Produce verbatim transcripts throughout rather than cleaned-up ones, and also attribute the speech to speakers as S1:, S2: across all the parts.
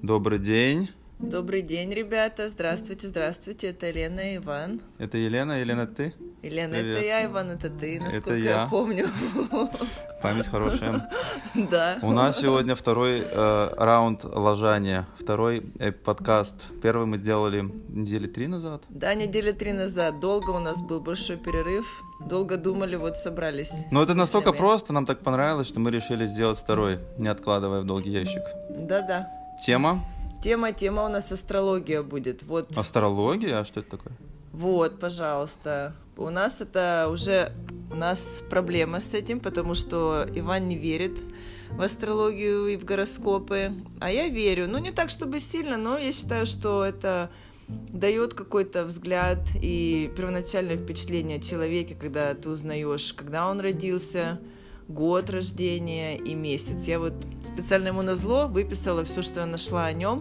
S1: Добрый день.
S2: Добрый день, ребята. Здравствуйте, здравствуйте. Это Елена и Иван.
S1: Это Елена. Елена, ты?
S2: Елена,
S1: Привет.
S2: это я, Иван, это ты, насколько
S1: это
S2: я.
S1: я
S2: помню.
S1: Память хорошая.
S2: Да.
S1: У нас сегодня второй э, раунд ложания, второй э, подкаст. Первый мы делали недели три назад.
S2: Да, недели три назад. Долго у нас был большой перерыв. Долго думали, вот собрались.
S1: Но это настолько просто, нам так понравилось, что мы решили сделать второй, не откладывая в долгий ящик.
S2: Да-да.
S1: Тема?
S2: Тема, тема у нас астрология будет. Вот.
S1: Астрология? А что это такое?
S2: Вот, пожалуйста. У нас это уже, у нас проблема с этим, потому что Иван не верит в астрологию и в гороскопы, а я верю. Ну, не так, чтобы сильно, но я считаю, что это дает какой-то взгляд и первоначальное впечатление о человеке, когда ты узнаешь, когда он родился, год рождения и месяц. Я вот специально ему назло выписала все, что я нашла о нем,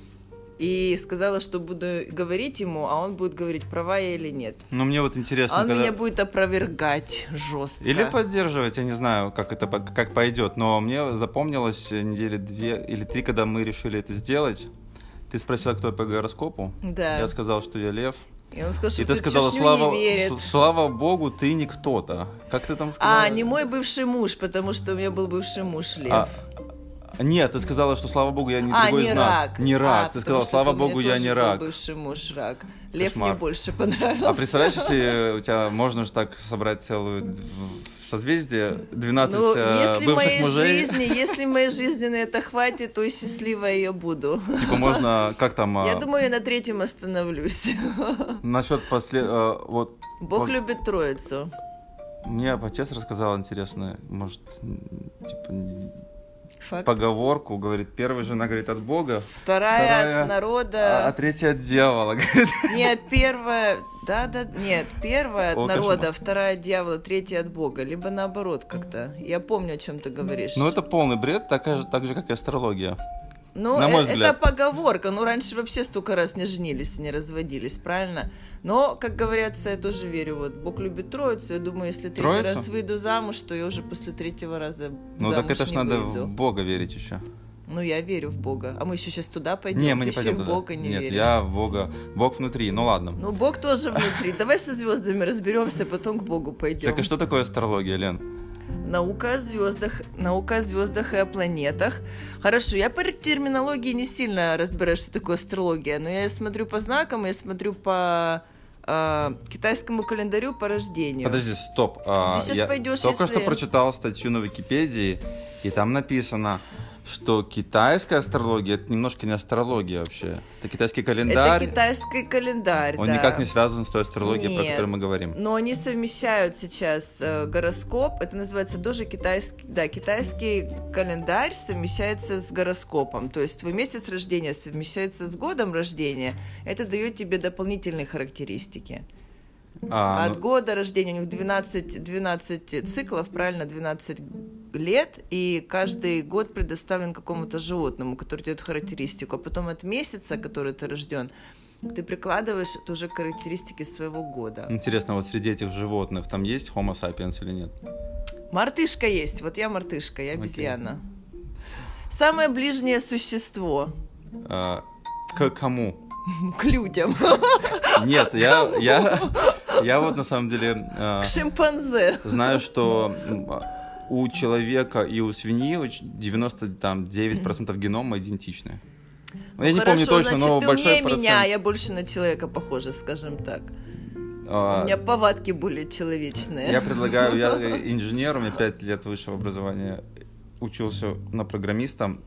S2: и сказала, что буду говорить ему, а он будет говорить, права я или нет.
S1: Ну, мне вот интересно,
S2: а он
S1: когда...
S2: меня будет опровергать жестко.
S1: Или поддерживать, я не знаю, как это как пойдет, но мне запомнилось недели две или три, когда мы решили это сделать. Ты спросила, кто я по гороскопу.
S2: Да.
S1: Я сказал, что я лев.
S2: И он сказал, что
S1: и ты,
S2: ты
S1: сказала,
S2: чушню
S1: слава,
S2: не верит.
S1: с- слава богу, ты не кто-то. Как ты там сказала?
S2: А, не мой бывший муж, потому что у меня был бывший муж лев.
S1: А, нет, ты сказала, что слава богу, я не
S2: а,
S1: другой
S2: не
S1: знак.
S2: рак.
S1: Не рак.
S2: А,
S1: ты сказала,
S2: что
S1: слава
S2: у меня
S1: богу, я
S2: тоже
S1: не
S2: был
S1: рак.
S2: бывший муж рак. Лев
S1: Кошмар.
S2: мне больше понравился.
S1: А представляешь, если у тебя можно же так собрать целую созвездие, двенадцать
S2: ну,
S1: э,
S2: если
S1: бывших
S2: моей
S1: мужей.
S2: Жизни, если моей жизни на это хватит, то и счастливая я буду.
S1: Типа можно, как там...
S2: Я думаю, я на третьем остановлюсь.
S1: Насчет после... э, вот,
S2: Бог
S1: вот,
S2: любит троицу.
S1: мне отец рассказал интересное, может, типа...
S2: Факт.
S1: Поговорку, говорит, первая жена, говорит, от Бога,
S2: Вторая,
S1: вторая
S2: от народа.
S1: А, а третья от дьявола, говорит.
S2: Нет, первая, да, да, нет, первая от
S1: О,
S2: народа,
S1: кошмар.
S2: вторая от дьявола, третья от Бога, либо наоборот как-то. Я помню, о чем ты говоришь.
S1: Ну, это полный бред, так, же- так же, как и астрология.
S2: Ну,
S1: на мой
S2: э-
S1: взгляд.
S2: это поговорка. Ну, раньше вообще столько раз не женились и не разводились, правильно? Но, как говорится, я тоже верю. Вот Бог любит троицу. Я думаю, если третий
S1: Троицу?
S2: раз выйду замуж, то я уже после третьего раза
S1: Ну,
S2: замуж
S1: так это ж
S2: не
S1: надо
S2: выйду.
S1: в Бога верить еще.
S2: Ну, я верю в Бога. А мы еще сейчас туда пойдем?
S1: Не, мы
S2: Ты
S1: не
S2: еще
S1: пойдем
S2: в
S1: туда.
S2: Бога не
S1: Нет,
S2: веришь.
S1: я в Бога. Бог внутри, ну ладно.
S2: Ну, Бог тоже внутри. Давай со звездами разберемся, потом к Богу пойдем.
S1: Так и что такое астрология, Лен?
S2: Наука о звездах, наука о звездах и о планетах. Хорошо, я по терминологии не сильно разбираюсь, что такое астрология, но я смотрю по знакам, я смотрю по э, китайскому календарю по рождению.
S1: Подожди, стоп. А,
S2: Ты щас
S1: я
S2: пойдёшь,
S1: только
S2: если-
S1: что прочитал статью на Википедии, и там написано, что китайская астрология — это немножко не астрология вообще. Это китайский календарь.
S2: Это китайский календарь,
S1: Он
S2: да.
S1: никак не связан с той астрологией, про
S2: Нет.
S1: которую мы говорим.
S2: Но они совмещают сейчас э, гороскоп, это называется тоже китайский, да, китайский календарь совмещается с гороскопом, то есть твой месяц рождения совмещается с годом рождения, это дает тебе дополнительные характеристики.
S1: А,
S2: От
S1: ну,
S2: года рождения у них двенадцать, двенадцать циклов, правильно, двенадцать лет, и каждый год предоставлен какому-то животному, который дает характеристику, а потом от месяца, который ты рожден, ты прикладываешь это уже характеристики своего года.
S1: интересно, вот среди этих животных там есть Homo sapiens или нет?
S2: Мартышка есть, вот я мартышка, я обезьяна. Самое ближнее существо
S1: А, к кому?
S2: к людям,
S1: Нет, я, я, я вот на самом деле а,
S2: к шимпанзе.
S1: знаю, что м, у человека и у свиньи уч- девяносто девять процентов генома идентичны. Я не помню
S2: Хорошо,
S1: точно,
S2: значит,
S1: но
S2: ты
S1: большой
S2: умнее
S1: процент.
S2: меня, я больше на человека похожа, скажем так.
S1: А,
S2: У меня повадки более человечные.
S1: Я предлагаю, я инженер, у меня пять лет высшего образования, учился на программиста,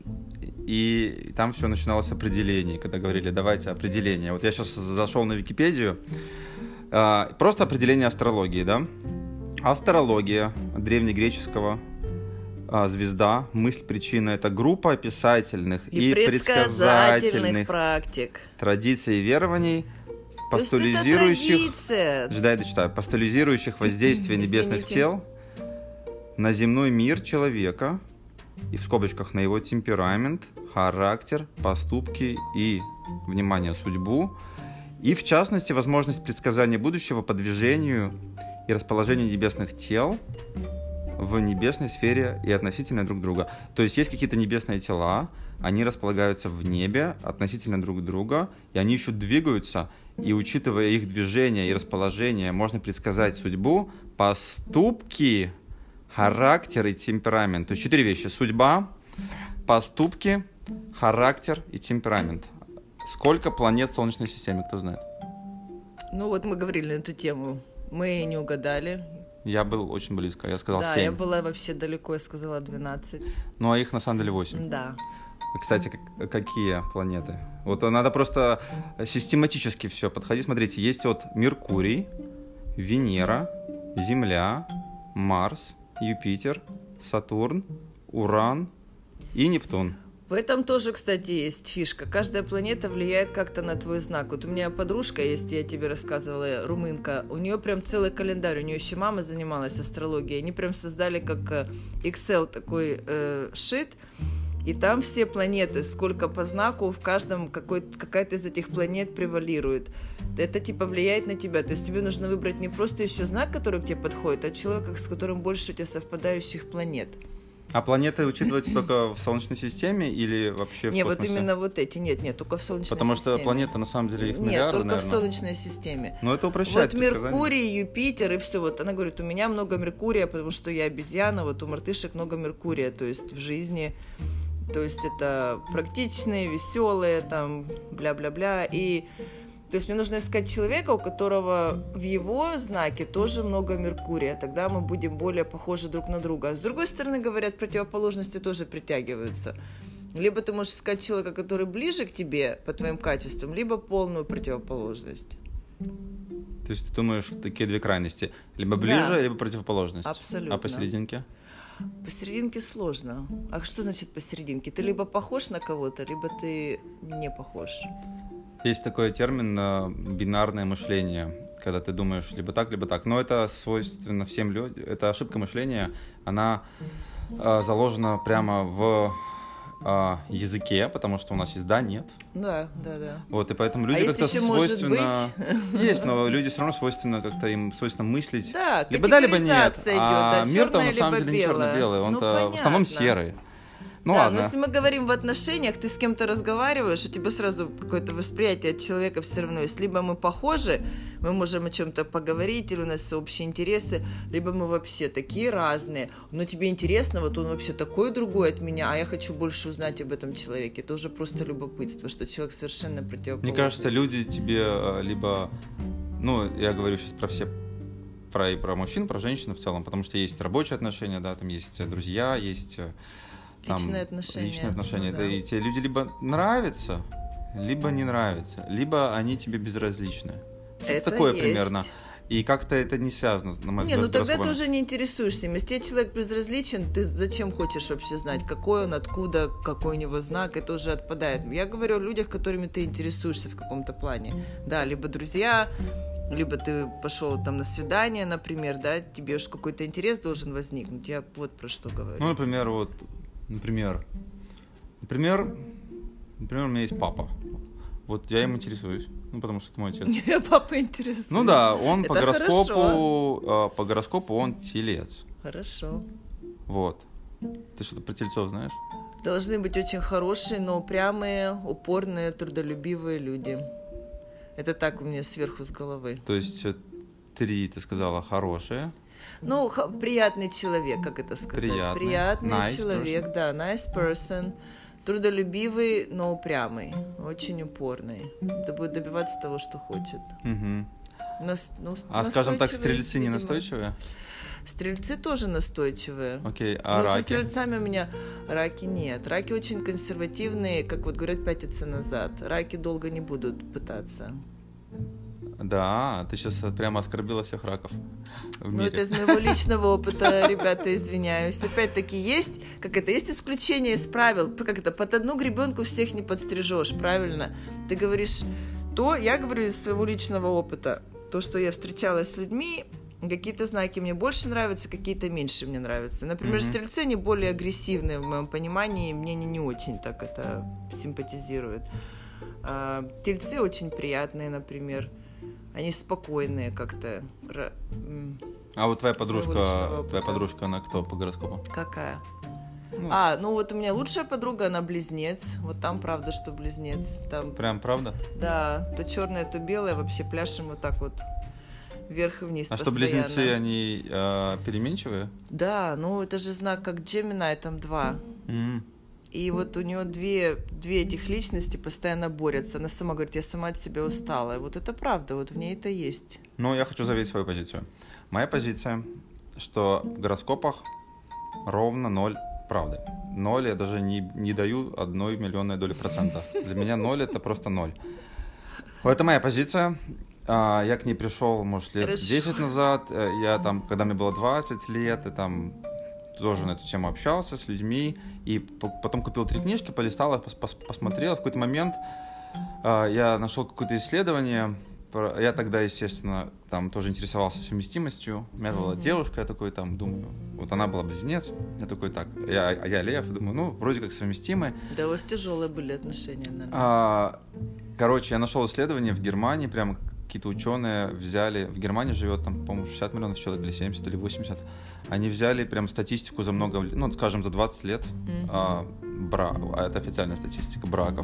S1: и там все начиналось с определений, когда говорили, давайте определение. Вот я сейчас зашел на Википедию, а, просто определение астрологии, да? Астрология, от древнегреческого, а, звезда, мысль, причина — это группа описательных и,
S2: и предсказательных
S1: предсказательных
S2: практик.
S1: традиций и верований,
S2: То есть это
S1: постулизирующих...
S2: традиция.
S1: Ждай, дочитаю. Постулизирующих воздействие небесных
S2: Извините.
S1: тел на земной мир человека, и в скобочках на его темперамент, характер, поступки и, внимание, судьбу, и в частности возможность предсказания будущего по движению и расположению небесных тел, в небесной сфере и относительно друг друга. То есть есть какие-то небесные тела, они располагаются в небе относительно друг друга, и они еще двигаются, и учитывая их движение и расположение, можно предсказать судьбу, поступки, характер и темперамент. То есть четыре вещи: судьба, поступки, характер и темперамент. Сколько планет в Солнечной системе, кто знает?
S2: Ну вот мы говорили на эту тему, мы не угадали.
S1: Я был очень близко, я сказал
S2: да,
S1: семь.
S2: Да, я была вообще далеко, я сказала двенадцать.
S1: Ну, а их на самом деле восемь.
S2: Да.
S1: Кстати, какие планеты? Вот надо просто систематически все подходить. Смотрите, есть вот Меркурий, Венера, Земля, Марс, Юпитер, Сатурн, Уран и Нептун.
S2: В этом тоже, кстати, есть фишка. Каждая планета влияет как-то на твой знак. Вот у меня подружка есть, я тебе рассказывала, румынка. У нее прям целый календарь. У нее еще мама занималась астрологией. Они прям создали как Excel такой э, шит. И там все планеты, сколько по знаку в каждом какая-то из этих планет превалирует. Это типа влияет на тебя. То есть тебе нужно выбрать не просто еще знак, который к тебе подходит, а человека, с которым больше у тебя совпадающих планет.
S1: А планеты учитываются только в Солнечной системе или вообще в
S2: не,
S1: космосе?
S2: Нет, вот именно вот эти. Нет, нет, только в Солнечной
S1: Потому
S2: системе.
S1: Потому что планеты, на самом деле, их
S2: нет,
S1: миллиарды,
S2: только
S1: наверное.
S2: в Солнечной системе.
S1: Но это упрощает
S2: Вот Меркурий, Юпитер и все. Вот она говорит, у меня много Меркурия, потому что я обезьяна, вот у мартышек много Меркурия, то есть в жизни. То есть это практичные, веселые, там, бля-бля-бля. И то есть мне нужно искать человека, у которого в его знаке тоже много Меркурия. Тогда мы будем более похожи друг на друга. А с другой стороны, говорят, противоположности тоже притягиваются. Либо ты можешь искать человека, который ближе к тебе по твоим качествам, либо полную противоположность.
S1: То есть ты думаешь, такие две крайности. Либо ближе, да. либо противоположность.
S2: Абсолютно.
S1: А посерединке?
S2: Посерединке сложно. А что значит посерединке? Ты либо похож на кого-то, либо ты не похож.
S1: Есть такой термин бинарное мышление, когда ты думаешь либо так, либо так. Но это свойственно всем людям. Это ошибка мышления. Она э, заложена прямо в э, языке, потому что у нас есть да, нет.
S2: Да, да, да.
S1: Вот, и поэтому люди
S2: а
S1: как-то
S2: есть еще
S1: свойственно...
S2: Может быть?
S1: Есть, но люди все равно свойственно как-то им свойственно мыслить.
S2: Да,
S1: либо да, либо нет.
S2: Идет,
S1: а
S2: да,
S1: мир-то на
S2: черное,
S1: самом деле не
S2: белое.
S1: черно-белый, он-то
S2: ну,
S1: в основном серый. Ну,
S2: да,
S1: ладно.
S2: но если мы говорим в отношениях, ты с кем-то разговариваешь, у тебя сразу какое-то восприятие от человека все равно есть. Либо мы похожи, мы можем о чем-то поговорить, или у нас общие интересы, либо мы вообще такие разные. Но тебе интересно, вот он вообще такой другой от меня, а я хочу больше узнать об этом человеке. Это уже просто любопытство, что человек совершенно противоположный.
S1: Мне кажется, люди тебе либо... Ну, я говорю сейчас про все... Про, и про мужчин, про женщин в целом, потому что есть рабочие отношения, да, там есть друзья, есть... Там,
S2: личные отношения.
S1: Личные отношения.
S2: Ну,
S1: да. И тебе люди либо нравятся, либо не нравятся, либо они тебе безразличны. Что-то
S2: это
S1: такое
S2: есть.
S1: примерно. И как-то это не связано, на мой взгляд.
S2: Не, ну тогда ты уже не интересуешься им. Если человек безразличен, ты зачем хочешь вообще знать, какой он, откуда, какой у него знак, это уже отпадает. Я говорю о людях, которыми ты интересуешься в каком-то плане. Да, либо друзья, либо ты пошел там на свидание, например, да, тебе уж какой-то интерес должен возникнуть. Я вот про что говорю.
S1: Ну, например, вот, например, например, например, у меня есть папа. Вот я им интересуюсь, ну, потому что это мой отец.
S2: Меня папа интересует.
S1: Ну да, он
S2: это
S1: по гороскопу, э, по гороскопу он телец.
S2: Хорошо.
S1: Вот. Ты что-то про тельцов знаешь?
S2: Должны быть очень хорошие, но упрямые, упорные, трудолюбивые люди. Это так у меня сверху с головы.
S1: То есть три, ты сказала, хорошие.
S2: Ну, х- приятный человек, как это сказать?
S1: Приятный,
S2: Приятный
S1: nice
S2: человек,
S1: person.
S2: да, nice person. Трудолюбивый, но упрямый, очень упорный. Да будет добиваться того, что хочет.
S1: Угу.
S2: Нас, ну,
S1: а, скажем так, стрельцы
S2: видимо.
S1: не настойчивые?
S2: Стрельцы тоже настойчивые.
S1: Окей, а
S2: но
S1: раки?
S2: со стрельцами у меня раки нет. Раки очень консервативные, как вот говорят, пятятся назад. Раки долго не будут пытаться.
S1: Да, ты сейчас прямо оскорбила всех раков в мире.
S2: Ну, это из моего личного опыта, ребята, извиняюсь. Опять-таки есть, как это, есть исключение из правил. Как это, под одну гребенку всех не подстрижешь, правильно? Ты говоришь то, я говорю из своего личного опыта. То, что я встречалась с людьми, какие-то знаки мне больше нравятся, какие-то меньше мне нравятся. Например, mm-hmm. стрельцы, они более агрессивные в моем понимании, мне не, не очень так это симпатизирует. А, тельцы очень приятные, например. Они спокойные как-то.
S1: А вот твоя подружка,
S2: опыта.
S1: твоя подружка, она кто по гороскопу?
S2: Какая?
S1: Ну,
S2: А, ну вот у меня лучшая подруга, она близнец. Вот там правда, что близнец. Там,
S1: прям правда?
S2: да, то черное, то белое, вообще пляшем вот так вот вверх и вниз
S1: А
S2: постоянно.
S1: что, близнецы, они э, переменчивые?
S2: Да, ну это же знак как Gemini, там два.
S1: Mm.
S2: И вот у нее две, две этих личности постоянно борются. Она сама говорит, я сама от себя устала. И вот это правда, вот в ней это есть.
S1: Ну, я хочу заявить свою позицию. Моя позиция, что в гороскопах ровно ноль правды. Ноль я даже не, не даю одной миллионной доли процента. Для меня ноль — это просто ноль. Это моя позиция. Я к ней пришел, может, лет
S2: Хорошо.
S1: десять назад. Я там, когда мне было двадцать лет, и там тоже на эту тему общался с людьми. И потом купил три книжки, полистал их, пос- посмотрел. В какой-то момент я нашел какое-то исследование. Я тогда, естественно, там тоже интересовался совместимостью. У меня была mm-hmm. девушка, я такой там думаю, вот она была близнец, я такой так, я, а я лев, думаю, ну, вроде как совместимые.
S2: Да, у вас тяжелые были отношения, наверное.
S1: А, короче, я нашел исследование в Германии, прям какие-то ученые взяли, в Германии живет там, по-моему, шестьдесят миллионов человек, или семьдесят, или восемьдесят. Они взяли прям статистику за много, ну, скажем, за двадцать лет, mm-hmm. а, бра... а это официальная статистика браков,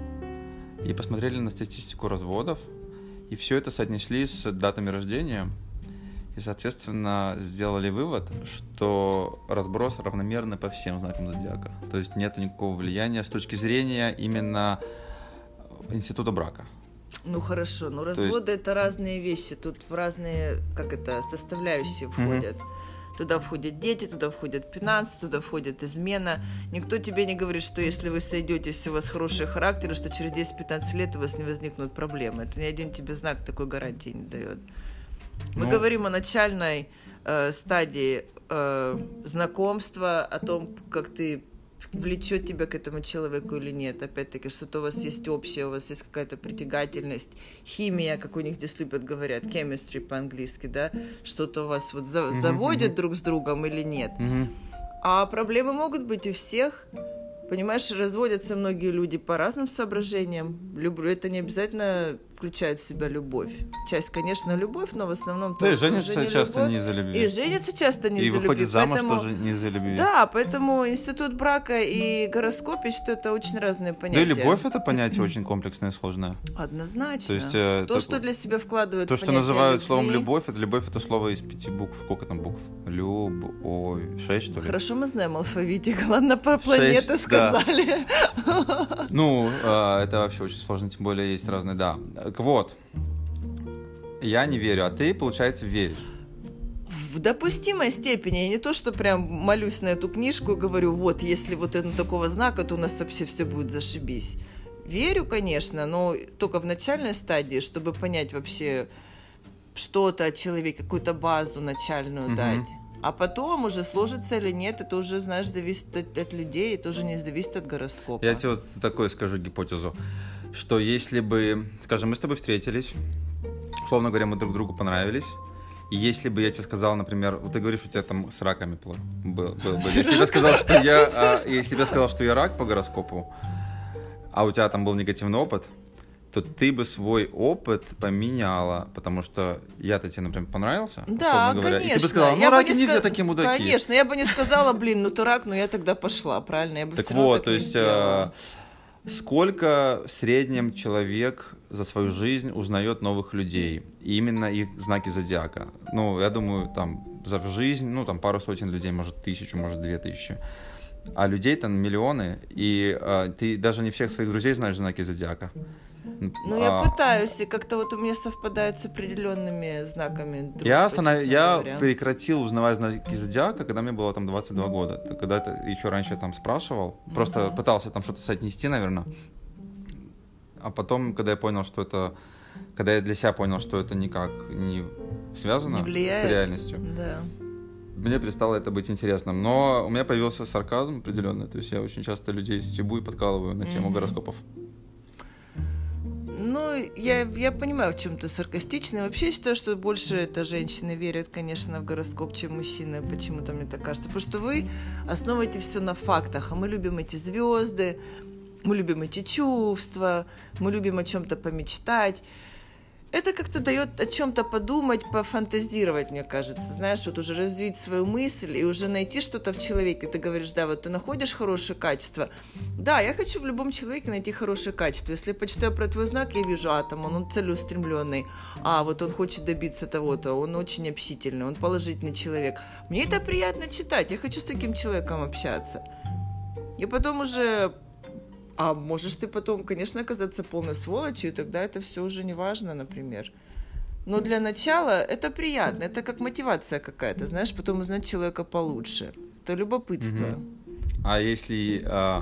S1: и посмотрели на статистику разводов. И все это соотнесли с датами рождения. И, соответственно, сделали вывод, что разброс равномерный по всем знакам зодиака. То есть нет никакого влияния с точки зрения именно института брака.
S2: Ну хорошо, но разводы
S1: есть...
S2: это разные вещи. Тут в разные, как это, составляющие входят. Mm-hmm. Туда входят дети, туда входят финансы, туда входит измена. Никто тебе не говорит, что если вы сойдетесь, у вас хороший характер, что через десять-пятнадцать лет у вас не возникнут проблемы. Это ни один тебе знак такой гарантии не дает. Мы ну... говорим о начальной э, стадии э, знакомства, о том, как ты влечет тебя к этому человеку или нет. Опять-таки, что-то у вас есть общее, у вас есть какая-то притягательность, химия, как у них здесь любят говорят, chemistry по-английски, да, что-то у вас вот за- mm-hmm, заводит mm-hmm. друг с другом или нет.
S1: Mm-hmm.
S2: А проблемы могут быть у всех. Понимаешь, разводятся многие люди по разным соображениям. Люб... Это не обязательно включает в себя любовь. Часть, конечно, любовь, но в основном...
S1: Да, и женятся не часто любовь. Не из-за любви.
S2: И женятся часто не
S1: и
S2: из-за любви.
S1: И выходит замуж
S2: поэтому...
S1: тоже не из-за любви.
S2: Да, поэтому институт брака и гороскоп, я считаю, это очень разные понятия.
S1: Да и любовь — это понятие очень комплексное и сложное.
S2: Однозначно.
S1: То есть, э,
S2: Кто так... что для себя вкладывает
S1: то,
S2: в
S1: что называют
S2: любви.
S1: словом любовь, это любовь — это слово из пяти букв. Сколько там букв? Любовь. Шесть, что ли?
S2: Хорошо, мы знаем алфавитик. Ладно, про планеты
S1: Шесть,
S2: сказали.
S1: Да. Ну, э, это вообще очень сложно, тем более есть разные, да. Так вот. Я не верю, а ты, получается, веришь.
S2: В допустимой степени. Я не то, что прям молюсь на эту книжку и говорю, вот, если вот это такого знака, то у нас вообще все будет зашибись. Верю, конечно, но только в начальной стадии, чтобы понять вообще что-то о человеке, какую-то базу начальную mm-hmm. дать. А потом уже сложится или нет, это уже, знаешь, зависит от, от людей, это уже не зависит от гороскопа.
S1: Я тебе вот такое скажу гипотезу, что если бы, скажем, мы с тобой встретились, условно говоря, мы друг другу понравились. И если бы я тебе сказал, например, вот ты говоришь, у тебя там с раками был, был, был. Если бы я сказал, что я, а, если бы я сказал, что я рак по гороскопу, а у тебя там был негативный опыт, то ты бы свой опыт поменяла, потому что я-то тебе, например, понравился,
S2: да,
S1: условно говоря,
S2: конечно.
S1: И ты бы сказала, ну,
S2: я
S1: раки
S2: не
S1: не
S2: ска...
S1: все такие мудаки.
S2: Конечно, я бы не сказала, блин, ну ты рак, но я тогда пошла, правильно? Я бы
S1: так
S2: все
S1: вот,
S2: так
S1: то есть,
S2: сделала.
S1: Сколько в среднем человек за свою жизнь узнает новых людей, и именно их знаки зодиака? Ну, я думаю, там, за жизнь, ну, там, пару сотен людей, может, тысячу, может, две тысячи. А людей там миллионы, и а, ты даже не всех своих друзей знаешь знаки зодиака.
S2: Ну, а... я пытаюсь, и как-то вот у меня совпадает с определенными знаками дружбы,
S1: Я, останов... я
S2: говоря.
S1: прекратил узнавать знаки зодиака, когда мне было там двадцать два года. Когда это еще раньше я там спрашивал, mm-hmm. просто пытался там что-то соотнести, наверное. А потом, когда я понял, что это... Когда я для себя понял, что это никак не связано
S2: не влияет,
S1: с реальностью,
S2: да.
S1: мне перестало это быть интересным. Но у меня появился сарказм определенный, то есть я очень часто людей стебу и подкалываю на тему mm-hmm. гороскопов.
S2: Ну, я, я понимаю, в чем ты саркастичный. Вообще считаю, что больше это женщины верят, конечно, в гороскоп, чем мужчины. Почему-то мне так кажется. Потому что вы основываете все на фактах. А мы любим эти звезды, мы любим эти чувства, мы любим о чем-то помечтать. это как-то дает о чем-то подумать, пофантазировать, мне кажется. Знаешь, вот уже развить свою мысль и уже найти что-то в человеке. Ты говоришь, да, вот ты находишь хорошее качество. Да, я хочу в любом человеке найти хорошее качество. Если я почитаю про твой знак, я вижу, а, там, он, он целеустремленный, а, вот он хочет добиться того-то, он очень общительный, он положительный человек. Мне это приятно читать, я хочу с таким человеком общаться. И потом уже... А можешь ты потом, конечно, оказаться полной сволочью, и тогда это все уже не важно, например. Но для начала это приятно, это как мотивация какая-то, знаешь, потом узнать человека получше. Это любопытство.
S1: Угу. А если, а,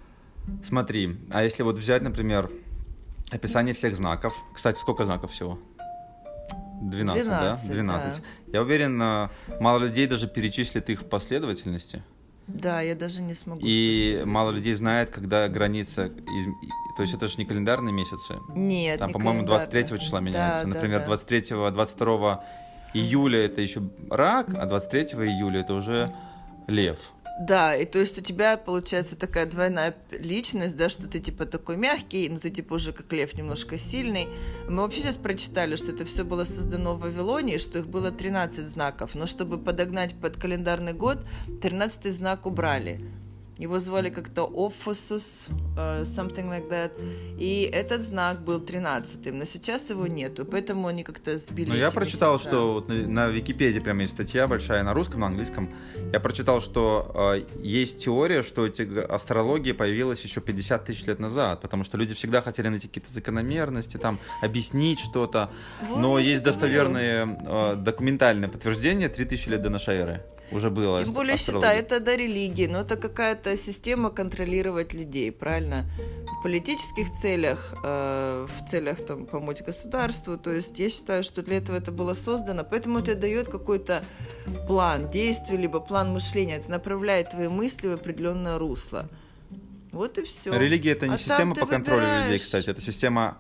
S1: смотри, а если вот взять, например, описание всех знаков. Кстати, сколько знаков всего? двенадцать,
S2: двенадцать,
S1: да? двенадцать.
S2: Да.
S1: Я уверен, мало людей даже перечислит их в последовательности.
S2: Да, я даже не смогу.
S1: И мало людей знает, когда граница... Из... То есть это же не календарные месяцы.
S2: Нет,
S1: там,
S2: не
S1: по-моему, двадцать
S2: календарные.
S1: третьего числа меняется.
S2: Да,
S1: Например,
S2: да, да.
S1: двадцать третьего, двадцать второго июля это еще рак, а двадцать третьего июля это уже лев.
S2: Да, и то есть у тебя получается такая двойная личность, да, что ты типа такой мягкий, но ты типа уже как лев немножко сильный. Мы вообще сейчас прочитали, что это все было создано в Вавилоне, что их было тринадцать знаков, но чтобы подогнать под календарный год, тринадцатый знак убрали. Его звали как-то Опфосус, uh, something like that. И этот знак был тринадцатым, но сейчас его нету, поэтому они как-то сбили.
S1: Ну, я прочитал,
S2: месяца.
S1: что вот на, на Википедии прямо есть статья большая на русском, на английском. Я прочитал, что э, есть теория, что эти, астрология появилась еще пятьдесят тысяч лет назад, потому что люди всегда хотели найти какие-то закономерности, там, объяснить что-то.
S2: Вот
S1: но
S2: я
S1: есть достоверные э, документальные подтверждения три тысячи лет до нашей эры. Уже было.
S2: Тем более, считай, это да, религия, но это какая-то система контролировать людей, правильно? В политических целях, э, в целях там, помочь государству. То есть я считаю, что для этого это было создано. Поэтому это дает какой-то план действий, либо план мышления. Это направляет твои мысли в определенное русло. Вот и все.
S1: Религия — это не
S2: а
S1: система по контролю
S2: выбираешь...
S1: людей, кстати. Это система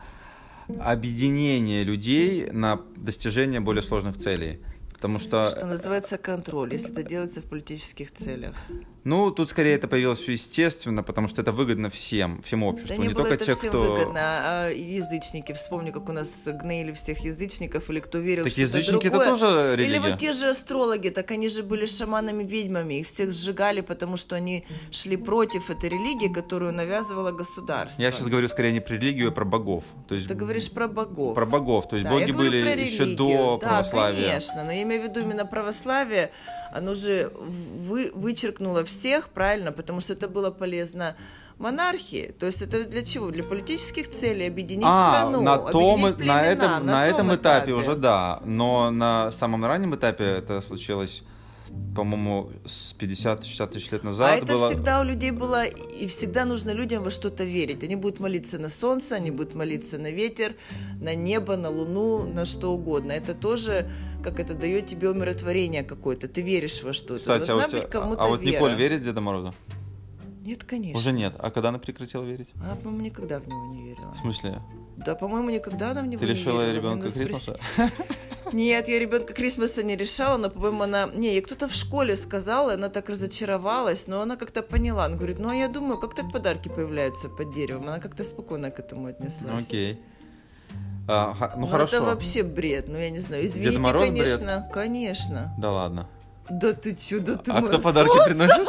S1: объединения людей на достижение более сложных целей. Потому что...
S2: Что называется контроль, если это делается в политических целях.
S1: Ну, тут скорее это появилось все естественно, потому что это выгодно всем, всему обществу.
S2: Да не,
S1: не
S2: было
S1: только
S2: это
S1: те,
S2: всем
S1: кто...
S2: выгодно, а язычники. Вспомни, как у нас гнили всех язычников, или кто верил
S1: Так
S2: в что-то
S1: язычники
S2: другое.
S1: это тоже религия.
S2: Или вот те же астрологи, так они же были шаманами-ведьмами, их всех сжигали, потому что они шли против этой религии, которую навязывало государство.
S1: Я сейчас говорю скорее не про религию, а про богов. То есть...
S2: Ты говоришь про богов.
S1: Про богов, то есть
S2: да,
S1: боги
S2: я говорю
S1: были
S2: про
S1: еще
S2: религию.
S1: до
S2: да,
S1: православия.
S2: Конечно, но я имею в виду именно православие, оно же вы, вычеркнуло всех, правильно, потому что это было полезно монархии. То есть это для чего? Для политических целей, объединить
S1: а,
S2: страну,
S1: на том,
S2: объединить племена,
S1: на этом, на,
S2: на
S1: этом
S2: том
S1: этапе,
S2: этапе
S1: уже да, но на самом раннем этапе это случилось, по-моему, с пятьдесят-шестьдесят тысяч лет назад.
S2: А это
S1: было...
S2: всегда у людей было, и всегда нужно людям во что-то верить. Они будут молиться на солнце, они будут молиться на ветер, на небо, на луну, на что угодно. Это тоже, как это дает тебе умиротворение какое-то. Ты веришь во что-то.
S1: Кстати,
S2: Должна
S1: а,
S2: быть
S1: тебя...
S2: кому-то
S1: а вот
S2: вера.
S1: Николь верит в Деда Мороза?
S2: Нет, конечно.
S1: Уже нет. А когда она прекратила верить?
S2: Она, по-моему, никогда в него не верила.
S1: В смысле?
S2: Да, по-моему, никогда она в него
S1: Ты
S2: не
S1: решила
S2: верила.
S1: ребенка
S2: Спреш...
S1: Крисмаса?
S2: Нет, я ребенка Крисмаса не решала, но, по-моему, она... Не, ей кто-то в школе сказал, и она так разочаровалась, но она как-то поняла. Она говорит, ну, а я думаю, как так подарки появляются под деревом? Она как-то спокойно к этому отнеслась.
S1: Окей. А, ха- ну,
S2: ну
S1: хорошо.
S2: это вообще бред, ну, я не знаю. Извините,
S1: Дед Мороз
S2: конечно. Бред? Конечно.
S1: Да ладно.
S2: Да ты чё, да ты
S1: А
S2: мой
S1: кто подарки
S2: солнце?
S1: приносит?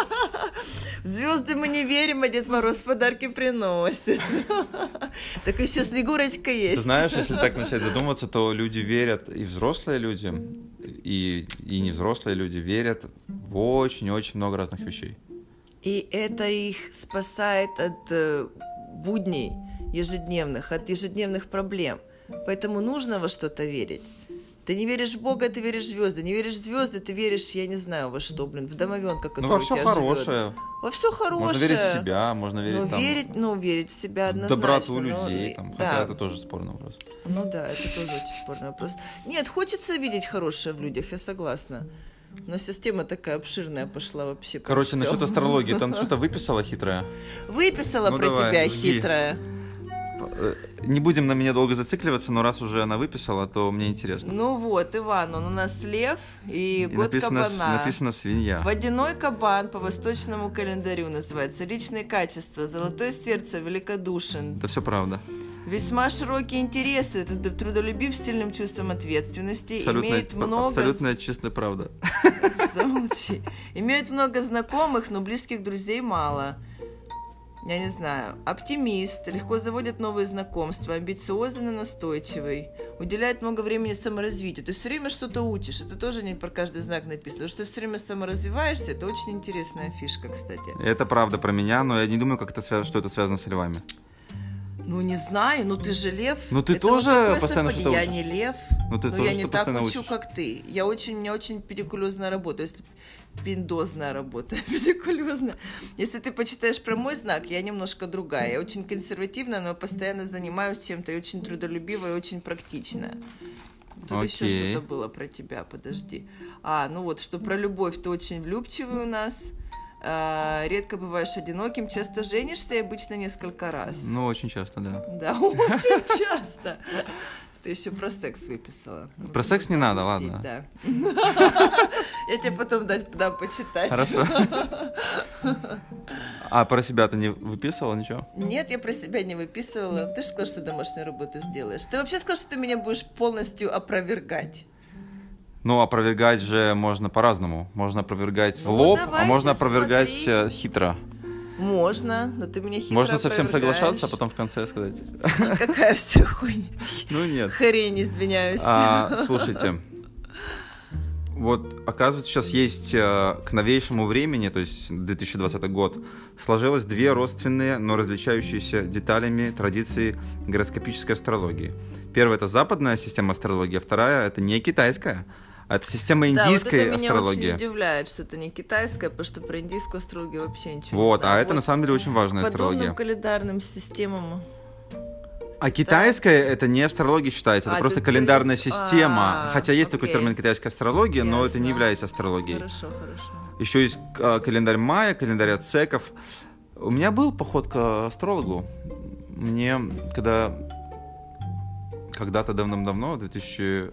S2: Звезды мы не верим, а Дед Мороз подарки приносит. Так еще Снегурочка есть.
S1: Ты знаешь, если так начать задумываться, то люди верят, и взрослые люди, и, и не взрослые люди верят в очень-очень много разных вещей.
S2: И это их спасает от э, будней ежедневных, от ежедневных проблем. Поэтому нужно во что-то верить. Ты не веришь в Бога, ты веришь в звезды. Не веришь в звезды, ты веришь, я не знаю, во что, блин, в домовенка, который
S1: Ну, во
S2: у
S1: все
S2: тебя
S1: хорошее.
S2: живет. Во все хорошее.
S1: Можно верить в себя, можно верить
S2: ну,
S1: там,
S2: верить, ну, верить в себя
S1: в
S2: однозначно.
S1: доброту
S2: но,
S1: людей, там,
S2: да.
S1: хотя это тоже спорный вопрос.
S2: Ну да, это тоже очень спорный вопрос. Нет, хочется видеть хорошее в людях, я согласна. Но система такая обширная пошла вообще.
S1: Короче,
S2: всё.
S1: насчет астрологии, там что-то выписала хитрое?
S2: Выписала
S1: Ну,
S2: про
S1: давай,
S2: тебя
S1: жги.
S2: хитрая.
S1: Не будем на меня долго зацикливаться, но раз уже она выписала, то мне интересно.
S2: Ну вот, Иван, он у нас лев и,
S1: И
S2: год
S1: написано,
S2: кабана.
S1: написано свинья.
S2: Водяной кабан по восточному календарю называется. Личные качества, золотое сердце, великодушен.
S1: Это все правда.
S2: Весьма широкие интересы, трудолюбив, с сильным чувством ответственности,
S1: абсолютно,
S2: имеет много...
S1: Абсолютно чистая правда.
S2: Замолчи. Имеет много знакомых, но близких друзей мало. Я не знаю. Оптимист, легко заводит новые знакомства, амбициозный и настойчивый. Уделяет много времени саморазвитию. Ты все время что-то учишь. Это тоже не про каждый знак написано. Потому что ты все время саморазвиваешься. Это очень интересная фишка, кстати.
S1: Это правда про меня, но я не думаю, как это связано, что это связано с львами.
S2: Ну, не знаю, ну ты же лев.
S1: Ну ты
S2: это
S1: тоже
S2: вот
S1: постоянно что-то учишь.
S2: Я не лев,
S1: ну, ты
S2: но
S1: тоже
S2: я не так учу,
S1: учишь.
S2: как ты. Я очень, у меня очень педикулезная работа, то есть пиндозная работа, педикулезная. Если ты почитаешь про мой знак, я немножко другая. Я очень консервативная, но я постоянно занимаюсь чем-то, и очень трудолюбивая, и очень практичная. Тут
S1: Окей.
S2: еще что-то было про тебя, подожди. А, ну вот, что про любовь, ты очень влюбчивый у нас. Редко бываешь одиноким, часто женишься и обычно несколько раз.
S1: Ну, очень часто, да.
S2: Да, очень часто. Ты еще про секс выписала.
S1: Про секс не надо, ладно.
S2: Да. Я тебе потом дам почитать.
S1: Хорошо. А про себя ты не выписывала ничего?
S2: Нет, я про себя не выписывала. Ты же сказал, что домашнюю работу сделаешь. Ты вообще сказал, что ты меня будешь полностью опровергать.
S1: Ну, опровергать же можно по-разному. Можно опровергать
S2: ну,
S1: в лоб,
S2: давай,
S1: а можно опровергать
S2: смотри.
S1: хитро.
S2: Можно, но ты меня хитро
S1: Можно совсем
S2: опровергаешь.
S1: соглашаться, а потом в конце сказать.
S2: Какая все хуйня.
S1: Ну, нет.
S2: Хрень, извиняюсь.
S1: А, слушайте, вот, оказывается, сейчас есть к новейшему времени, то есть две тысячи двадцатый год, сложилось две родственные, но различающиеся деталями традиции гороскопической астрологии. Первая – это западная система астрологии, а вторая – это не китайская. Это система индийской
S2: да, вот это
S1: астрологии.
S2: Меня очень удивляет, что это не китайская, потому что про индийскую астрологию вообще ничего
S1: вот,
S2: не знаю.
S1: А это
S2: вот
S1: на самом деле очень важная
S2: подобным
S1: астрология.
S2: календарным системам.
S1: А китайская да. это не астрология считается, это
S2: а,
S1: просто календарная
S2: говоришь...
S1: система.
S2: А,
S1: Хотя есть
S2: окей.
S1: такой термин китайская астрология,
S2: Ясно.
S1: но это не является астрологией.
S2: Хорошо, хорошо.
S1: Еще есть а, календарь майя, календарь ацтеков. У меня был поход к астрологу. Мне когда когда-то давным-давно, в две тысячи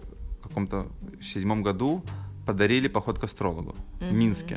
S1: седьмом году, подарили поход к астрологу mm-hmm. в Минске.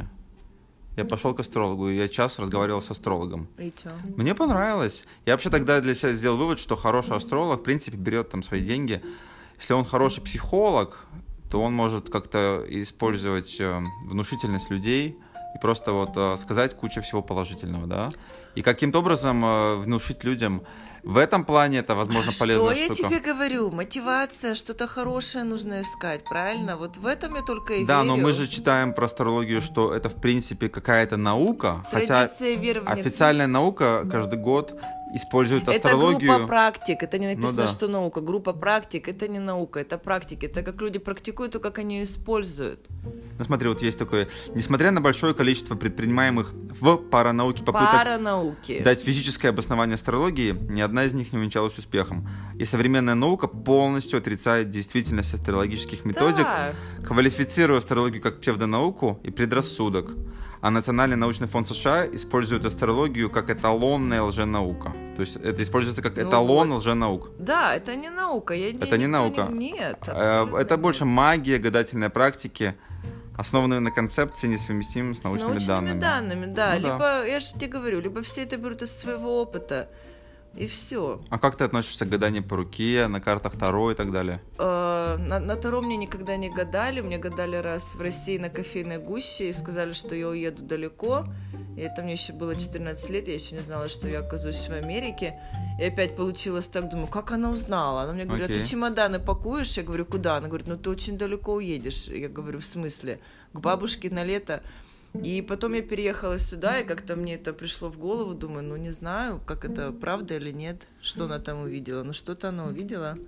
S1: Я пошел к астрологу, и я час разговаривал с астрологом.
S2: И чё?
S1: Мне понравилось. Я вообще тогда для себя сделал вывод, что хороший астролог, в принципе, берет там свои деньги. Если он хороший психолог, то он может как-то использовать э, внушительность людей и просто вот э, сказать кучу всего положительного, да? И каким-то образом э, внушить людям. В этом плане это, возможно, полезная
S2: штука.
S1: Что
S2: я тебе говорю? Мотивация, что-то хорошее нужно искать, правильно? Вот в этом я только и
S1: да,
S2: верю.
S1: но мы же читаем про астрологию, что это, в принципе, какая-то наука.
S2: Традиция
S1: хотя
S2: верования.
S1: Официальная наука каждый год использует астрологию.
S2: Это группа практик, это не написано,
S1: ну, да.
S2: что наука. Группа практик, это не наука, это практики. Это как люди практикуют, то как они ее используют.
S1: Ну смотри, вот есть такое. Несмотря на большое количество предпринимаемых в паранауке попыток
S2: Паранауки.
S1: дать физическое обоснование астрологии, ни одна из них не увенчалась успехом. И современная наука полностью отрицает действительность астрологических методик,
S2: да.
S1: квалифицируя астрологию как псевдонауку и предрассудок. А Национальный научный фонд США использует астрологию как эталонная лженаука. То есть это используется как
S2: ну
S1: эталон
S2: вот.
S1: лженаук.
S2: Да, это не наука. Я,
S1: это
S2: не,
S1: не наука.
S2: Не, нет.
S1: Это больше магия, гадательные практики, основанные на концепции, несовместимыми с научными,
S2: с научными
S1: данными.
S2: данными, да.
S1: Ну,
S2: либо,
S1: да.
S2: я же тебе говорю, либо все это берут из своего опыта. И все.
S1: А как ты относишься к гаданию по руке, на картах Таро и так далее?
S2: Э, на, на Таро мне никогда не гадали. Мне гадали раз в России на кофейной гуще и сказали, что я уеду далеко. И это мне еще было четырнадцать лет, я еще не знала, что я оказываюсь в Америке. И опять получилось так, думаю, как она узнала? Она мне говорит,
S1: okay.
S2: а ты чемоданы пакуешь? Я говорю, куда? Она говорит, ну ты очень далеко уедешь. Я говорю, в смысле? К бабушке на лето. И потом я переехала сюда, и как-то мне это пришло в голову, думаю, ну не знаю, как это правда или нет, что она там увидела. Ну что-то она увидела.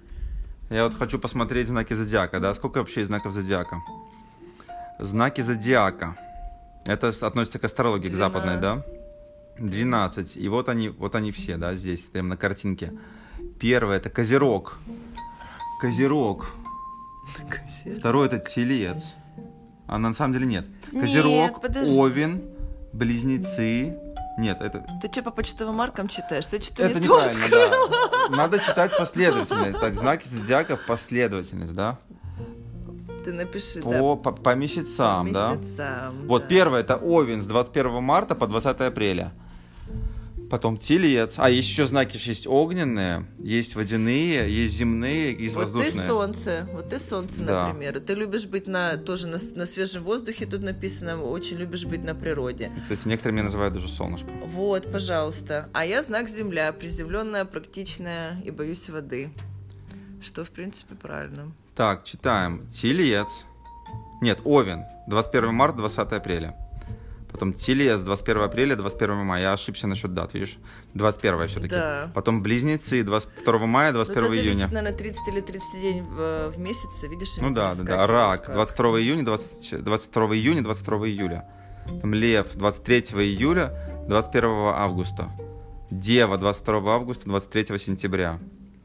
S1: Я вот хочу посмотреть знаки зодиака, да? Сколько вообще знаков зодиака? Знаки зодиака. Это относится к астрологии, к западной, да? двенадцать. И вот они, вот они все, да, здесь, прямо на картинке. Первое – это Козерог. Козерог. Второй – это Телец. А на самом деле нет. Козерог, нет, Овен, Близнецы. Нет, это...
S2: Ты что, по почтовым маркам читаешь? Ты что-то
S1: это
S2: не то
S1: неправильно,
S2: открыла.
S1: Да. Надо читать последовательность. Так, знаки зодиака последовательность, да?
S2: Ты напиши,
S1: по,
S2: да.
S1: По, по месяцам,
S2: по
S1: да?
S2: месяцам,
S1: вот
S2: да.
S1: Первое – это Овен с двадцать первого марта по двадцатое апреля. Потом телец. А есть еще знаки, есть огненные, есть водяные, есть земные, есть
S2: вот
S1: воздушные.
S2: Вот ты солнце, вот ты солнце,
S1: да.
S2: например. Ты любишь быть на, тоже на, на свежем воздухе, тут написано, очень любишь быть на природе.
S1: И, кстати, некоторые меня называют даже солнышко.
S2: Вот, пожалуйста. А я знак земля, приземленная, практичная и боюсь воды. Что, в принципе, правильно.
S1: Так, читаем. Телец. Нет, Овен. двадцать первого марта, двадцатого апреля. Потом Телец, двадцать первого апреля, двадцать первого мая. Я ошибся насчет дат, видишь? двадцать первого все-таки.
S2: Да.
S1: Потом Близнецы, двадцать второго мая, двадцать первого июня.
S2: Это зависит, наверное, тридцать или тридцать день в, в месяц, видишь?
S1: Ну да, да, да. Рак, двадцать второго июня, двадцать, двадцать второго июня, двадцать второго июля. Потом Лев, двадцать третьего июля, двадцать первого августа. Дева, двадцать второго августа, двадцать третьего сентября.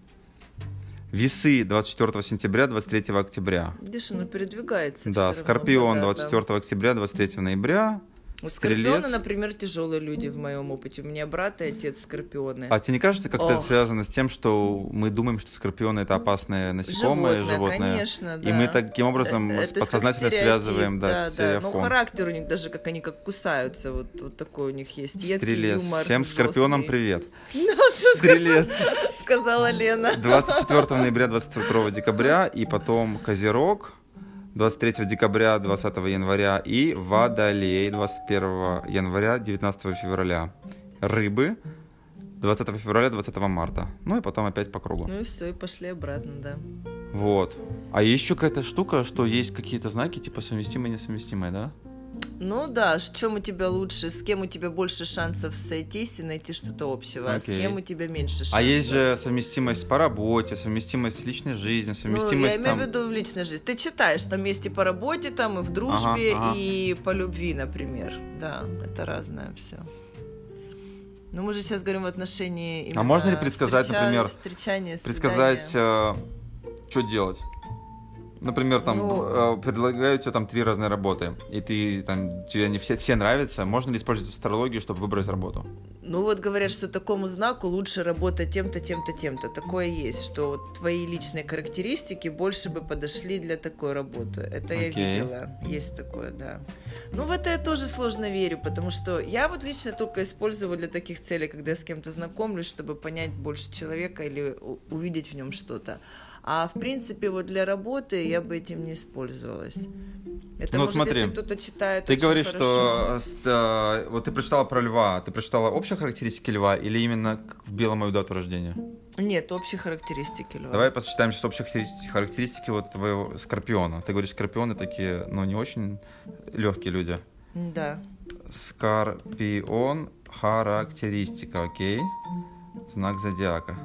S1: Весы, двадцать четвёртого сентября, двадцать третьего октября.
S2: Видишь, оно передвигается.
S1: Да, Скорпион, двадцать четвёртого октября, двадцать третьего ноября.
S2: Вот скорпионы, например, тяжелые люди в моем опыте. У меня брат и отец скорпионы.
S1: А тебе не кажется, как это связано с тем, что мы думаем, что скорпионы это опасные насекомые,
S2: животные?
S1: животные,
S2: Конечно, да.
S1: И мы таким образом это подсознательно связываем, да,
S2: да, да. Ну, характер у них даже, как они как кусаются, вот, вот такой у них есть. Едкий
S1: Стрелец.
S2: Юмор,
S1: Всем
S2: жесткий.
S1: скорпионам привет.
S2: Стрелец. Сказала Лена.
S1: двадцать четвёртого ноября, двадцать второго декабря, и потом Козерог. двадцать третьего декабря, двадцатого января и Водолей двадцать первого января, девятнадцатого февраля. Рыбы двадцатого февраля, двадцатого марта. Ну и потом опять по кругу.
S2: Ну и все, и пошли обратно, да.
S1: Вот. А еще какая-то штука, что есть какие-то знаки типа совместимые и несовместимые, да?
S2: Ну да, в чем у тебя лучше, с кем у тебя больше шансов сойтись и найти что-то общего, а с кем у тебя меньше шансов.
S1: А есть же совместимость по работе, совместимость в личной жизни, совместимость
S2: ну, я
S1: там...
S2: имею в виду в личной жизни. Ты читаешь там вместе по работе, там и в дружбе,
S1: ага, ага.
S2: и по любви, например. Да, это разное все. Но мы же сейчас говорим в отношении именно
S1: а можно ли предсказать,
S2: встреча...
S1: например,
S2: встречания,
S1: предсказать, э, что делать? Например, там ну, э, предлагают тебе там три разные работы, и ты там тебе они все, все нравятся. Можно ли использовать астрологию, чтобы выбрать работу?
S2: Ну вот говорят, что такому знаку лучше работать тем-то, тем-то, тем-то. Такое есть, что вот твои личные характеристики больше бы подошли для такой работы. Это
S1: Окей.
S2: я видела. Есть такое, да. Ну в это я тоже сложно верю, потому что я вот лично только использую для таких целей, когда я с кем-то знакомлюсь, чтобы понять больше человека или увидеть в нем что-то. А в принципе, вот для работы я бы этим не использовалась. Это
S1: ну,
S2: может,
S1: смотри,
S2: если кто-то читает.
S1: Ты говоришь,
S2: хорошо.
S1: что э, вот ты прочитала про льва. Ты прочитала общие характеристики льва или именно вбила мою дату рождения?
S2: Нет, общие характеристики льва.
S1: Давай посчитаем сейчас общие характеристики вот твоего скорпиона. Ты говоришь, скорпионы такие, ну, не очень легкие люди.
S2: Да.
S1: Скорпион, характеристика, окей. Знак зодиака.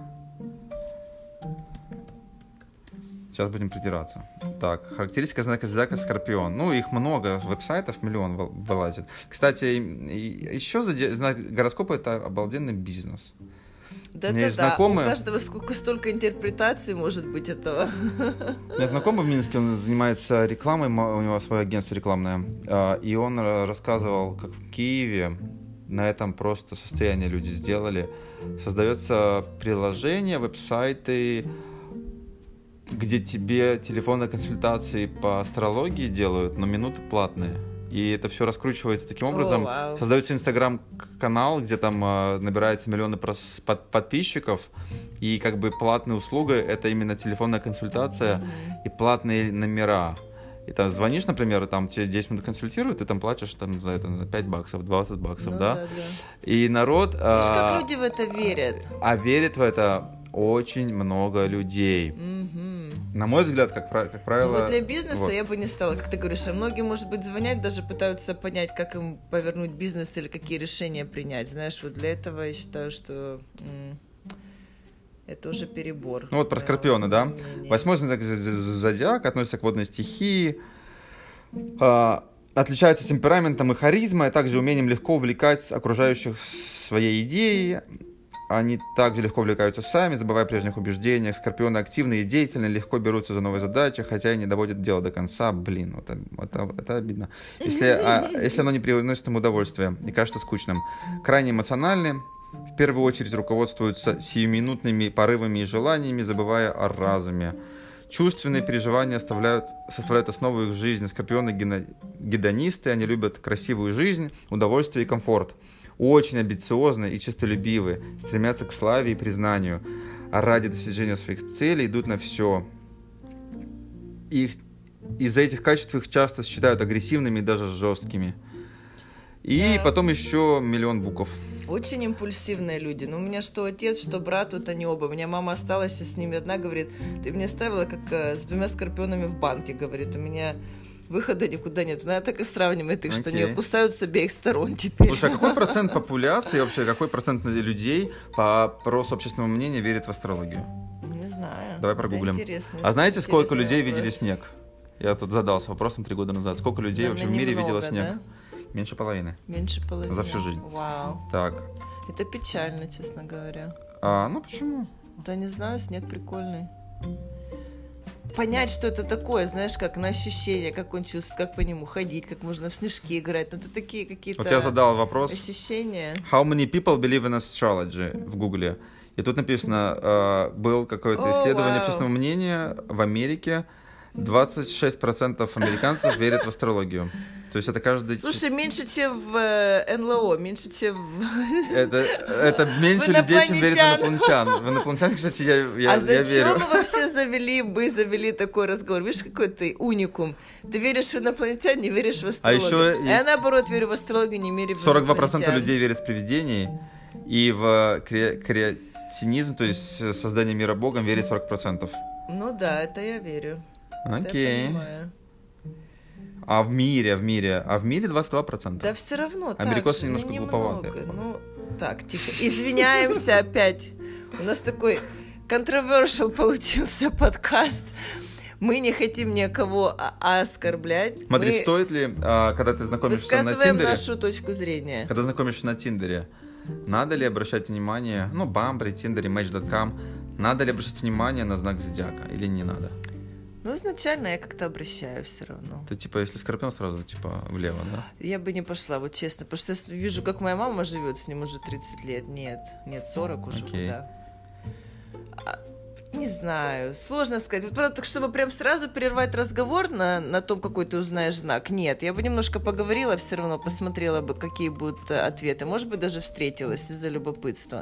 S1: Сейчас будем придираться. Так, характеристика знака зодиака Скорпион. Ну, их много, веб-сайтов миллион вылазит. Кстати, еще зоди... знак гороскопа — это обалденный бизнес.
S2: Да-да-да, знакомый... у каждого сколько, столько интерпретаций может быть этого.
S1: У меня знакомый в Минске, он занимается рекламой, у него свое агентство рекламное, и он рассказывал, как в Киеве на этом просто состояние люди сделали. Создается приложение, веб-сайты, где тебе телефонные консультации по астрологии делают, но минуты платные. И это все раскручивается таким образом.
S2: Oh, wow.
S1: Создается инстаграм-канал, где там э, набирается миллионы прос- под- подписчиков. И как бы платная услуга — это именно телефонная консультация mm-hmm. и платные номера. И там звонишь, например, там тебе десять минут консультируют, ты там платишь там, за это пять баксов, двадцать баксов,
S2: ну,
S1: да?
S2: да, да.
S1: И народ...
S2: Видишь, э, как люди в это верят.
S1: А верит в это очень много людей.
S2: Mm-hmm.
S1: На мой взгляд, как, как правило...
S2: Ну, вот для бизнеса
S1: вот.
S2: я бы не стала, как ты говоришь, а многие, может быть, звонят, даже пытаются понять, как им повернуть бизнес или какие решения принять. Знаешь, вот для этого я считаю, что м- это уже перебор.
S1: Ну вот про Скорпиона, да?
S2: Мнение.
S1: Восьмой знак зодиака относится к водной стихии. А, отличается темпераментом и харизмой, а также умением легко увлекать окружающих своей идеей. Они также легко увлекаются сами, забывая о прежних убеждениях. Скорпионы активны и деятельны, легко берутся за новые задачи, хотя и не доводят дело до конца. Блин, вот это, это, это обидно. Если, а, если оно не приносит им удовольствия и кажется скучным. Крайне эмоциональны, в первую очередь руководствуются сиюминутными порывами и желаниями, забывая о разуме. Чувственные переживания оставляют, составляют основу их жизни. Скорпионы гедонисты, они любят красивую жизнь, удовольствие и комфорт. очень амбициозны и честолюбивы, стремятся к славе и признанию, а ради достижения своих целей идут на все. Их, из-за этих качеств их часто считают агрессивными и даже жесткими. И
S2: да.
S1: потом еще миллион букв.
S2: Очень импульсивные люди. Ну, у меня что отец, что брат, вот они оба. У меня мама осталась с ними одна, говорит, ты меня ставила как э, с двумя скорпионами в банке, говорит, у меня выхода никуда нет. Она так и сравнивает их, okay. что они кусают с обеих сторон теперь.
S1: Слушай, а какой процент популяции, вообще, какой процент людей по опросу общественного мнения верит в астрологию?
S2: Не знаю.
S1: Давай прогуглим.
S2: Интересно,
S1: а знаете, сколько людей
S2: вопрос.
S1: видели снег? Я тут задался вопросом три года назад. Сколько людей да, вообще в мире
S2: немного,
S1: видело снег?
S2: Да?
S1: Меньше половины.
S2: Меньше половины.
S1: За всю жизнь.
S2: Вау.
S1: Так.
S2: Это печально, честно говоря.
S1: А, ну почему?
S2: Да не знаю, снег прикольный. Понять, что это такое, знаешь, как на ощущение, как он чувствует, как по нему ходить, как можно в снежки играть. Ну, это такие какие-то
S1: вот я задал вопрос.
S2: Ощущения.
S1: How many people believe in astrology в Гугле? И тут написано, uh, был какое-то oh, исследование wow. общественного мнения в Америке. двадцать шесть процентов американцев верят в астрологию. То есть это каждый...
S2: Слушай, меньше, чем в эн эл о, меньше, чем в...
S1: Это, это меньше людей, чем верят в инопланетян. В инопланетян, кстати, я, я,
S2: а
S1: я верю. А
S2: зачем мы вообще завели, мы завели такой разговор? Видишь, какой ты уникум. Ты веришь в инопланетян, не веришь в астрологию. А, еще а я, наоборот, верю в астрологию, не верю в
S1: сорок два процента людей верят в привидений. И в кре- креатинизм, то есть создание мира Богом, верит сорок процентов.
S2: Ну да, это я верю.
S1: Окей. Okay. А в мире, в мире, а в мире двадцать два процента.
S2: Да все равно так
S1: Америкосы
S2: же,
S1: немножко глуповатые.
S2: Ну, так, тихо. Извиняемся опять. У нас такой controversial получился подкаст. Мы не хотим никого оскорблять.
S1: Смотри,
S2: Мы
S1: стоит ли, когда ты знакомишься на Тиндере...
S2: нашу точку зрения.
S1: Когда знакомишься на Тиндере, надо ли обращать внимание, ну, Бамбри, Тиндере, Match точка ком, надо ли обращать внимание на знак зодиака или не надо?
S2: Ну, изначально я как-то обращаю все равно.
S1: Ты, типа, если скорпион, сразу, типа, влево, да?
S2: Я бы не пошла, вот честно, потому что я вижу, как моя мама живет с ним уже тридцать лет. Нет, нет, сорок уже,
S1: okay.
S2: да. А, не знаю, сложно сказать. Вот, правда, так, чтобы прям сразу прервать разговор на, на том, какой ты узнаешь знак, нет. Я бы немножко поговорила все равно, посмотрела бы, какие будут ответы. Может быть, даже встретилась из-за любопытства.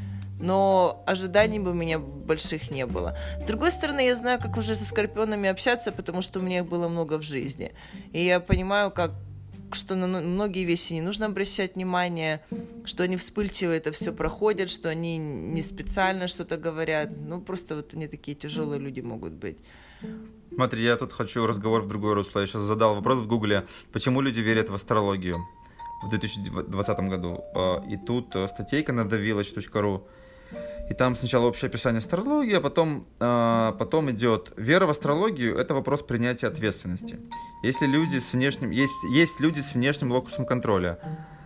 S2: Но ожиданий бы у меня больших не было. С другой стороны, я знаю, как уже со скорпионами общаться, потому что у меня их было много в жизни. И я понимаю, как, что на многие вещи не нужно обращать внимание, что они вспыльчивые, это все проходят, что они не специально что-то говорят. Ну, просто вот они такие тяжелые люди могут быть.
S1: Смотри, я тут хочу разговор в другое русло. Я сейчас задал вопрос в Гугле, почему люди верят в астрологию в две тысячи двадцатом году. И тут статейка на давилоч точка ру. И там сначала общее описание астрологии, а потом, э, потом идет вера в астрологию – это вопрос принятия ответственности. Если люди с внешним, есть, есть люди с внешним локусом контроля,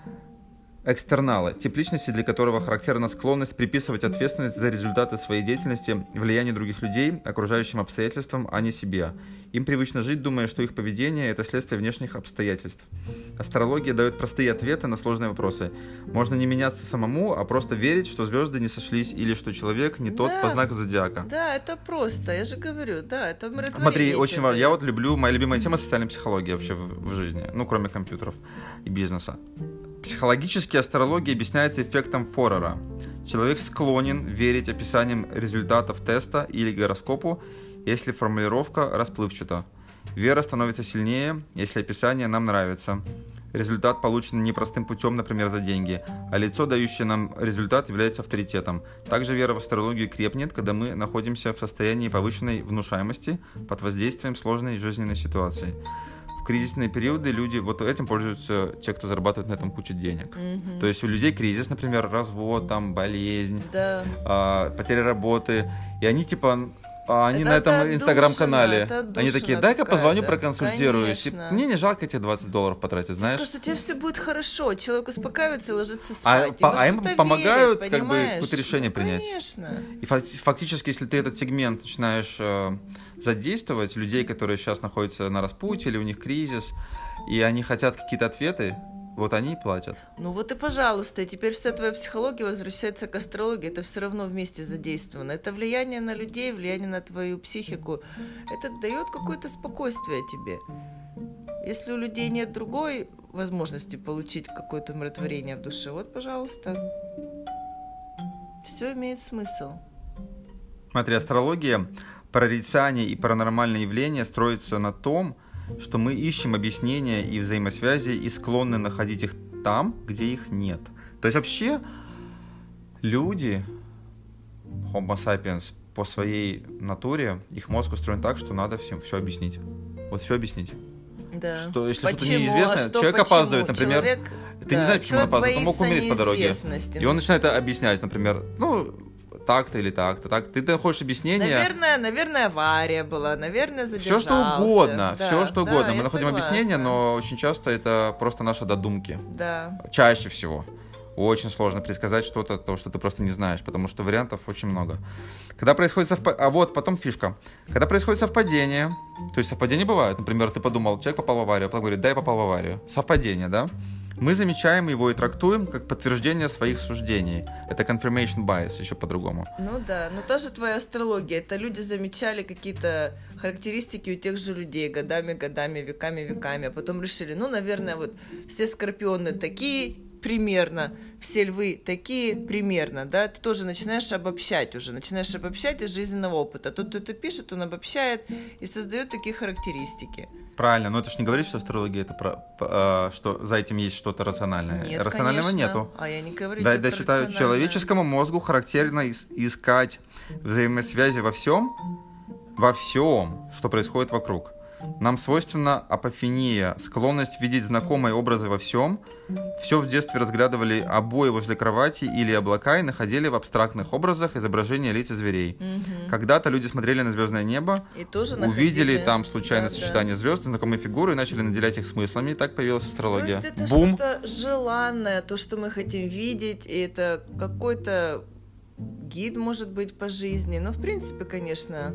S1: экстерналы, тип личности, для которого характерна склонность приписывать ответственность за результаты своей деятельности влиянию других людей, окружающим обстоятельствам, а не себе. Им привычно жить, думая, что их поведение – это следствие внешних обстоятельств. Астрология дает простые ответы на сложные вопросы. Можно не меняться самому, а просто верить, что звезды не сошлись или что человек не тот
S2: да,
S1: по знаку зодиака.
S2: Да, это просто, я же говорю, да, это умиротворение.
S1: Смотри, очень важно. Я вот люблю, моя любимая тема – социальная психология вообще в, в жизни, ну, кроме компьютеров и бизнеса. Психологически астрология объясняется эффектом Форера. Человек склонен верить описаниям результатов теста или гороскопу, если формулировка расплывчата. Вера становится сильнее, если описание нам нравится. Результат получен непростым путем, например, за деньги, а лицо, дающее нам результат, является авторитетом. Также вера в астрологию крепнет, когда мы находимся в состоянии повышенной внушаемости под воздействием сложной жизненной ситуации. В кризисные периоды люди вот этим пользуются те, кто зарабатывает на этом кучу денег. Mm-hmm. То есть у людей кризис, например, развод, там, болезнь,
S2: да.
S1: э, потеря работы, и они типа... А они
S2: это,
S1: на этом
S2: это
S1: инстаграм-канале,
S2: отдушина,
S1: они такие, дай-ка позвоню,
S2: да?
S1: проконсультируюсь. И мне не жалко эти двадцать долларов потратить, знаешь?
S2: Ты скажешь, что тебе все будет хорошо, человек успокаивается и ложится спать.
S1: А, по, а им помогают
S2: верит,
S1: как бы какое-то решение
S2: ну,
S1: принять.
S2: Конечно.
S1: И фактически, если ты этот сегмент начинаешь э, задействовать, людей, которые сейчас находятся на распутье или у них кризис, и они хотят какие-то ответы, вот они и платят.
S2: Ну вот и пожалуйста, и теперь вся твоя психология возвращается к астрологии, это все равно вместе задействовано. Это влияние на людей, влияние на твою психику. Это дает какое-то спокойствие тебе. Если у людей нет другой возможности получить какое-то умиротворение в душе. Вот, пожалуйста. Все имеет смысл.
S1: Смотри, астрология, прорицание и паранормальные явления строятся на том, что мы ищем объяснения и взаимосвязи и склонны находить их там, где их нет. То есть вообще люди, Homo sapiens, по своей натуре, их мозг устроен так, что надо всем все объяснить. Вот все объяснить.
S2: Да.
S1: Что если
S2: почему?
S1: что-то неизвестное,
S2: а что,
S1: человек
S2: почему?
S1: опаздывает, например,
S2: человек,
S1: ты
S2: да,
S1: не знаешь, почему он опаздывает, он мог умереть по дороге. И он начинает это объяснять, например, ну, так-то или так-то, так. Ты хочешь объяснения.
S2: Наверное, наверное, авария была, наверное, задержался.
S1: Все что угодно,
S2: да,
S1: все что
S2: да,
S1: угодно. Мы
S2: я
S1: находим
S2: согласна.
S1: объяснение, но очень часто это просто наши додумки.
S2: Да.
S1: Чаще всего. Очень сложно предсказать что-то, то, что ты просто не знаешь, потому что вариантов очень много. Когда происходит совпадение... А вот, потом фишка. Когда происходит совпадение, то есть совпадения бывают. Например, ты подумал, человек попал в аварию, а потом говорит, да, я попал в аварию. Совпадение, да? Мы замечаем его и трактуем как подтверждение своих суждений. Это confirmation bias, еще по-другому.
S2: Ну да, но тоже твоя астрология. Это люди замечали какие-то характеристики у тех же людей годами, годами, веками, веками, а потом решили, ну, наверное, вот все скорпионы такие, примерно, все львы такие, примерно, да, ты тоже начинаешь обобщать уже, начинаешь обобщать из жизненного опыта. Тот, кто это пишет, он обобщает и создает такие характеристики.
S1: Правильно, но это же не говорит, что астрология это про, э, что за этим есть что-то рациональное.
S2: Нет,
S1: Рационального
S2: конечно.
S1: нету.
S2: А я не говорю.
S1: Да, да, считаю, человеческому мозгу характерно ис- искать взаимосвязи во всем, во всем, что происходит вокруг. Нам свойственна апофения, склонность видеть знакомые образы во всем. Все в детстве разглядывали обои возле кровати или облака и находили в абстрактных образах изображения лиц и зверей.
S2: Угу.
S1: Когда-то люди смотрели на звездное небо,
S2: и тоже
S1: увидели
S2: находили...
S1: там случайное
S2: да,
S1: сочетание
S2: да.
S1: звезд, знакомые фигуры и начали наделять их смыслами. И так появилась астрология.
S2: То есть это
S1: Бум!
S2: что-то желанное, то, что мы хотим видеть, и это какой-то гид, может быть, по жизни. Но, в принципе, конечно...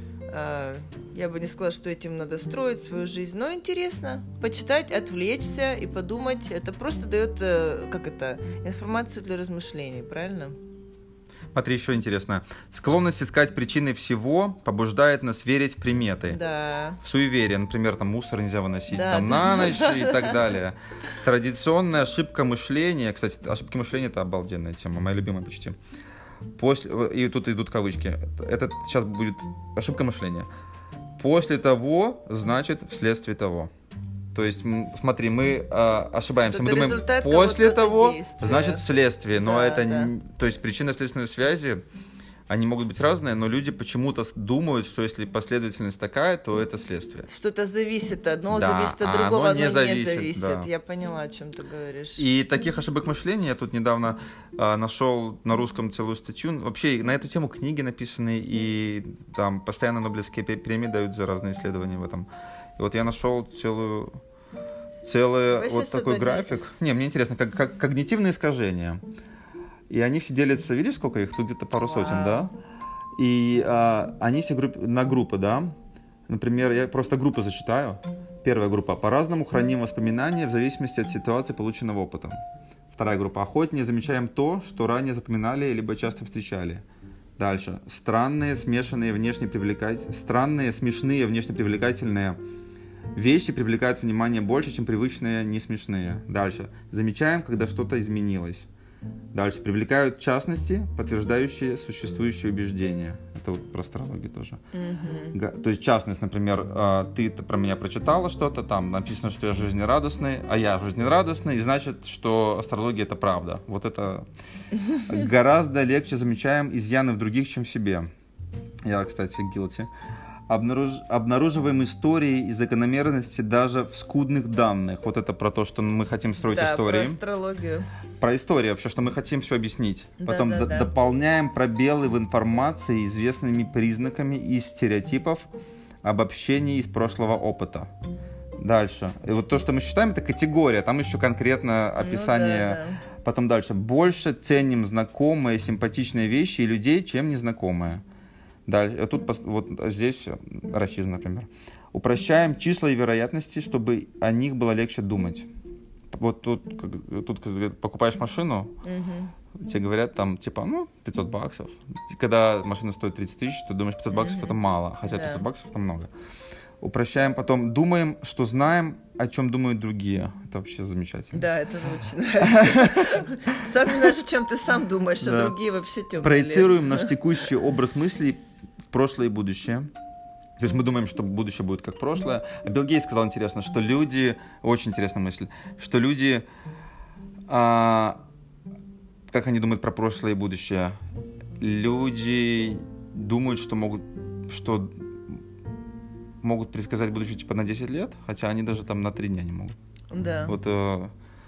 S2: Я бы не сказала, что этим надо строить свою жизнь, но интересно почитать, отвлечься и подумать. Это просто дает, как это, информацию для размышлений, правильно?
S1: Смотри, еще интересно. Склонность искать причины всего побуждает нас верить в приметы.
S2: Да.
S1: В суеверие, например, там мусор нельзя выносить
S2: да,
S1: там,
S2: да,
S1: на ночь
S2: да,
S1: и так далее. Традиционная ошибка мышления. Кстати, ошибки мышления — это обалденная тема, моя любимая почти. После, и тут идут кавычки. Это сейчас будет ошибка мышления. После того, значит, вследствие того. То есть, смотри, мы э, ошибаемся.
S2: Что-то
S1: мы думаем, после того,
S2: действия.
S1: значит, вследствие. Но
S2: да,
S1: это
S2: да.
S1: не... То есть, причинно-следственные связи, они могут быть разные, но люди почему-то думают, что если последовательность такая, то это следствие.
S2: Что-то зависит, одно
S1: да,
S2: зависит от
S1: а
S2: другого,
S1: оно не
S2: оно
S1: зависит.
S2: не зависит.
S1: Да.
S2: Я поняла, о чем ты говоришь.
S1: И таких ошибок мышления я тут недавно э, нашел на русском целую статью. Вообще на эту тему книги написаны, и там постоянно Нобелевские премии дают за разные исследования в этом. И вот я нашел целую, целый
S2: Вы
S1: вот такой график. Не... не, мне интересно, как, как когнитивные искажения. И они все делятся, видишь, сколько их? Тут где-то пару Вау. сотен, да? И а, они все групп... на группы, да? Например, я просто группы зачитаю. Первая группа. По-разному храним воспоминания в зависимости от ситуации полученного опыта. Вторая группа. Охотнее замечаем то, что ранее запоминали либо часто встречали. Дальше. Странные, смешанные, внешне привлекательные... Странные, смешные, внешне привлекательные вещи привлекают внимание больше, чем привычные, не смешные. Дальше. Замечаем, когда что-то изменилось. Дальше. Привлекают частности, подтверждающие существующие убеждения. Это вот про астрологию тоже. Mm-hmm. То есть частность, например, ты про меня прочитала что-то, там написано, что я жизнерадостный, а я жизнерадостный, и значит, что астрология — это правда. Вот это гораздо легче замечаем изъяны в других, чем в себе. Я, кстати, guilty. Обнаруж... Обнаруживаем истории и закономерности даже в скудных данных. Вот это про то, что мы хотим строить
S2: да,
S1: истории.
S2: Про астрологию.
S1: Про историю вообще, что мы хотим все объяснить.
S2: Да,
S1: Потом
S2: да,
S1: д-
S2: да.
S1: дополняем пробелы в информации известными признаками из стереотипов, обобщений из прошлого опыта. Дальше. И вот то, что мы считаем, это категория. Там еще конкретно описание.
S2: Ну, да, да.
S1: Потом дальше. Больше ценим знакомые, симпатичные вещи и людей, чем незнакомые. Дальше. Тут вот здесь расизм, например. Упрощаем числа и вероятности, чтобы о них было легче думать. Вот тут, тут покупаешь машину, угу. тебе говорят там, типа, ну, пятьсот баксов. Когда машина стоит тридцать тысяч, ты думаешь, пятьсот баксов угу. это мало, хотя да. пятьсот баксов это много. Упрощаем, потом думаем, что знаем, о чем думают другие. Это вообще замечательно.
S2: Да, это очень нравится. Сам не знаешь, о чем ты сам думаешь, а другие вообще темный лес.
S1: Проецируем наш текущий образ мыслей в прошлое и будущее. То есть мы думаем, что будущее будет как прошлое. А Билл Гейтс сказал интересно, что люди... Очень интересная мысль. Что люди... А, как они думают про прошлое и будущее? Люди думают, что могут... Что могут предсказать будущее типа на десять лет, хотя они даже там на три дня не могут.
S2: Да.
S1: Вот, э,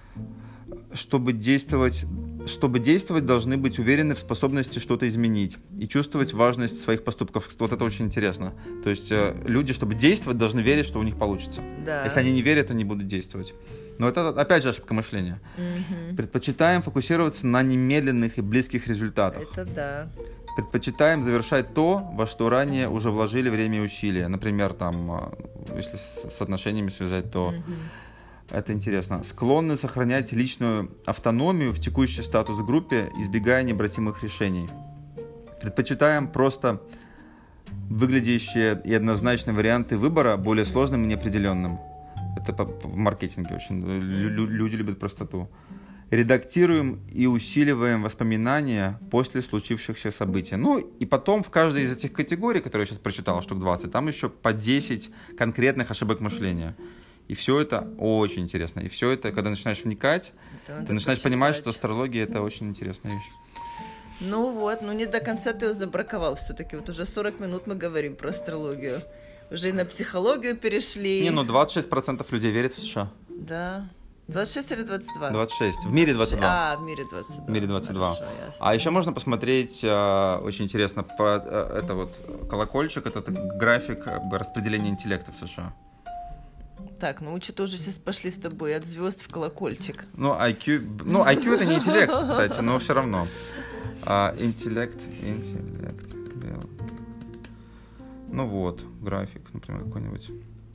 S1: чтобы действовать, чтобы действовать, должны быть уверены в способности что-то изменить и чувствовать важность своих поступков. Вот это очень интересно. То есть э, люди, чтобы действовать, должны верить, что у них получится.
S2: Да.
S1: Если они не верят, то не будут действовать. Но это, опять же, ошибка мышления.
S2: Угу.
S1: Предпочитаем фокусироваться на немедленных и близких результатах.
S2: Это да.
S1: Предпочитаем завершать то, во что ранее уже вложили время и усилия. Например, там, если с отношениями связать, то mm-hmm. это интересно. Склонны сохранять личную автономию в текущей статус-группе, избегая необратимых решений. Предпочитаем просто выглядящие и однозначные варианты выбора более сложным и неопределенным. Это в маркетинге очень. Лю- люди любят простоту. Редактируем и усиливаем воспоминания после случившихся событий. Ну, и потом в каждой из этих категорий, которые я сейчас прочитал, штук двадцать, там еще по десять конкретных ошибок мышления. И все это очень интересно. И все это, когда начинаешь вникать, это ты начинаешь понимать, что астрология — это очень интересная вещь.
S2: Ну вот, ну не до конца ты его забраковал все-таки. Вот уже сорок минут мы говорим про астрологию. Уже и на психологию перешли.
S1: Не, ну двадцать шесть процентов людей верят в США.
S2: Да. двадцать шесть или двадцать два?
S1: двадцать шесть. В мире двадцать два.
S2: А, в мире двадцать два.
S1: В мире двадцать два.
S2: Хорошо,
S1: а еще можно посмотреть, э, очень интересно, по, э, это вот колокольчик, это график как бы, распределения интеллекта в США.
S2: Так, ну что-то уже сейчас пошли с тобой от звезд в колокольчик.
S1: Ну, ай кью, ну, ай кью это не интеллект, кстати, но все равно. А, интеллект, интеллект. Ну вот, график, например, какой-нибудь.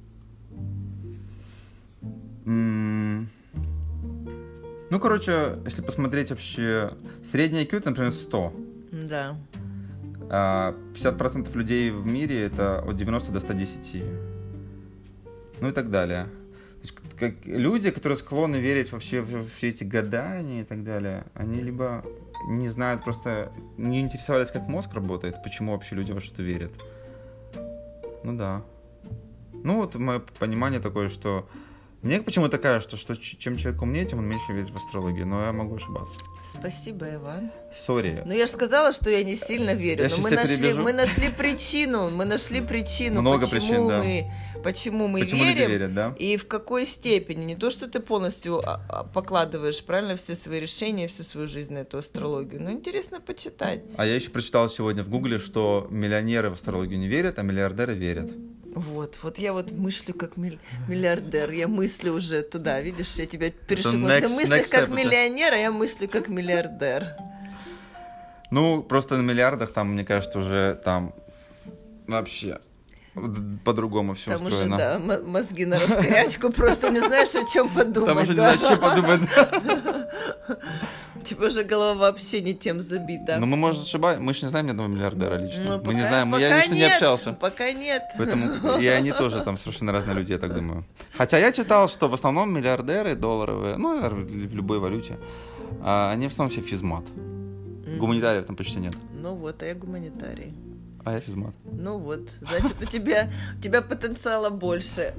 S1: М- Ну, короче, если посмотреть вообще, средний ай кью это, например, сто.
S2: Да.
S1: А пятьдесят процентов людей в мире это от девяноста до ста десяти. Ну и так далее. То есть, как люди, которые склонны верить вообще в все эти гадания и так далее, они либо не знают, просто не интересовались, как мозг работает, почему вообще люди во что-то верят. Ну да. Ну вот мое понимание такое, что мне почему-то кажется, что чем человек умнее, тем он меньше верит в астрологию, но я могу ошибаться.
S2: Спасибо, Иван.
S1: Сори.
S2: Ну я же сказала, что я не сильно верю,
S1: Я
S2: но мы нашли, мы нашли причину, мы нашли причину,
S1: Много
S2: почему
S1: причин, да.
S2: мы, почему мы
S1: почему
S2: верим,
S1: люди верят, да?
S2: И в какой степени. Не то, что ты полностью покладываешь, правильно, все свои решения, всю свою жизнь на эту астрологию. Но интересно почитать.
S1: А я еще прочитал сегодня в Гугле, что миллионеры в астрологию не верят, а миллиардеры верят.
S2: Вот, вот я вот мыслю как миллиардер, я мыслю уже туда, видишь, я тебя перешагнула. Ты мыслишь как миллионер, а я мыслю как миллиардер.
S1: Ну, просто на миллиардах там, мне кажется, уже там вообще по-другому все
S2: там
S1: устроено.
S2: Там уже, да, мозги на раскорячку, просто не знаешь, о чем подумать.
S1: Там уже не знаешь, о чем подумать.
S2: Типа уже голова вообще не тем забита.
S1: Ну, мы, может, ошибаемся. Мы же не знаем ни одного миллиардера лично.
S2: Ну,
S1: мы
S2: пока,
S1: не знаем,
S2: пока
S1: я лично
S2: нет,
S1: не общался.
S2: Пока нет.
S1: Поэтому и они тоже там совершенно разные люди, я так думаю. Хотя я читал, что в основном миллиардеры долларовые, ну, в любой валюте, они в основном все физмат. Mm-hmm. Гуманитариев там почти нет.
S2: Ну вот, а я гуманитарий.
S1: А я физмат.
S2: Ну вот, значит, у тебя, у тебя потенциала больше.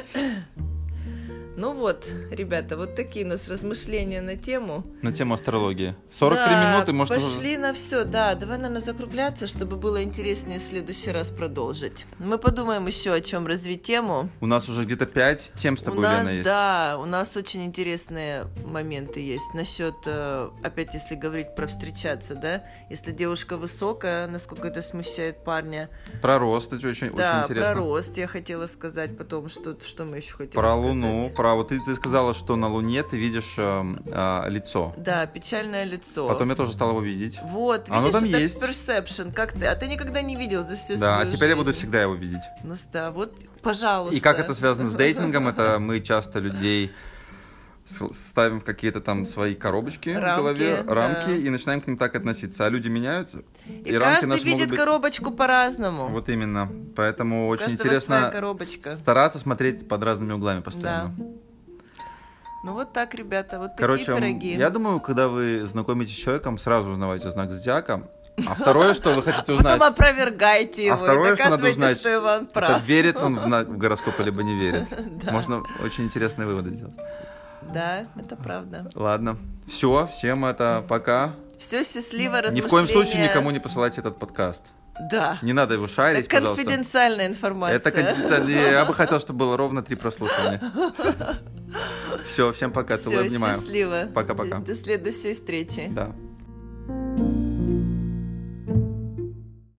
S2: Ну вот, ребята, вот такие у нас размышления на тему.
S1: На тему астрологии. сорок три
S2: да,
S1: минуты, может...
S2: пошли на все, да. Давай, наверное, закругляться, чтобы было интереснее в следующий раз продолжить. Мы подумаем еще, о чем развить тему.
S1: У нас уже где-то пять тем с тобой,
S2: у нас,
S1: Лена, есть.
S2: Да, у нас очень интересные моменты есть. Насчет, опять, если говорить про встречаться, да, если девушка высокая, насколько это смущает парня.
S1: Про рост, это очень,
S2: да,
S1: очень интересно.
S2: Про рост я хотела сказать потом, что, что мы еще хотели
S1: про
S2: сказать.
S1: Луну, про вот ты, ты сказала, что на Луне ты видишь э, э, лицо.
S2: Да, печальное лицо.
S1: Потом я тоже стал его видеть.
S2: Вот, видишь,
S1: оно там
S2: это
S1: есть.
S2: perception, как ты, а ты никогда не видел за всю
S1: да,
S2: свою
S1: а теперь
S2: жизнь.
S1: Я буду всегда его видеть.
S2: Ну да, вот, пожалуйста.
S1: И как это связано с дейтингом, это мы часто людей ставим в какие-то там свои коробочки
S2: рамки,
S1: в голове, рамки,
S2: да.
S1: и начинаем к ним так относиться. А люди меняются.
S2: И,
S1: и
S2: каждый
S1: рамки наши
S2: видит
S1: могут быть...
S2: коробочку по-разному.
S1: Вот именно. Поэтому
S2: У
S1: очень
S2: каждого
S1: интересно
S2: своя коробочка.
S1: стараться смотреть под разными углами постоянно.
S2: Да. Ну вот так, ребята, вот
S1: Короче,
S2: такие пироги.
S1: Я думаю, когда вы знакомитесь с человеком, сразу узнавайте знак зодиака. А второе, что вы хотите узнать...
S2: Потом опровергайте его
S1: а второе,
S2: и доказывайте,
S1: что, надо узнать,
S2: что Иван прав.
S1: это верит он в, в гороскоп, либо не верит. Можно очень интересные выводы сделать.
S2: Да, это правда.
S1: Ладно. Все, всем это пока.
S2: Все, счастливо, размышления.
S1: Ни в коем случае никому не посылайте этот подкаст.
S2: Да.
S1: Не надо его шарить,
S2: это
S1: пожалуйста.
S2: Это конфиденциальная информация.
S1: Это конфиденциальная. Я бы хотел, чтобы было ровно три прослушивания. Все, всем пока. Целую, обнимаю.
S2: Счастливо.
S1: Пока-пока.
S2: До следующей встречи.
S1: Да.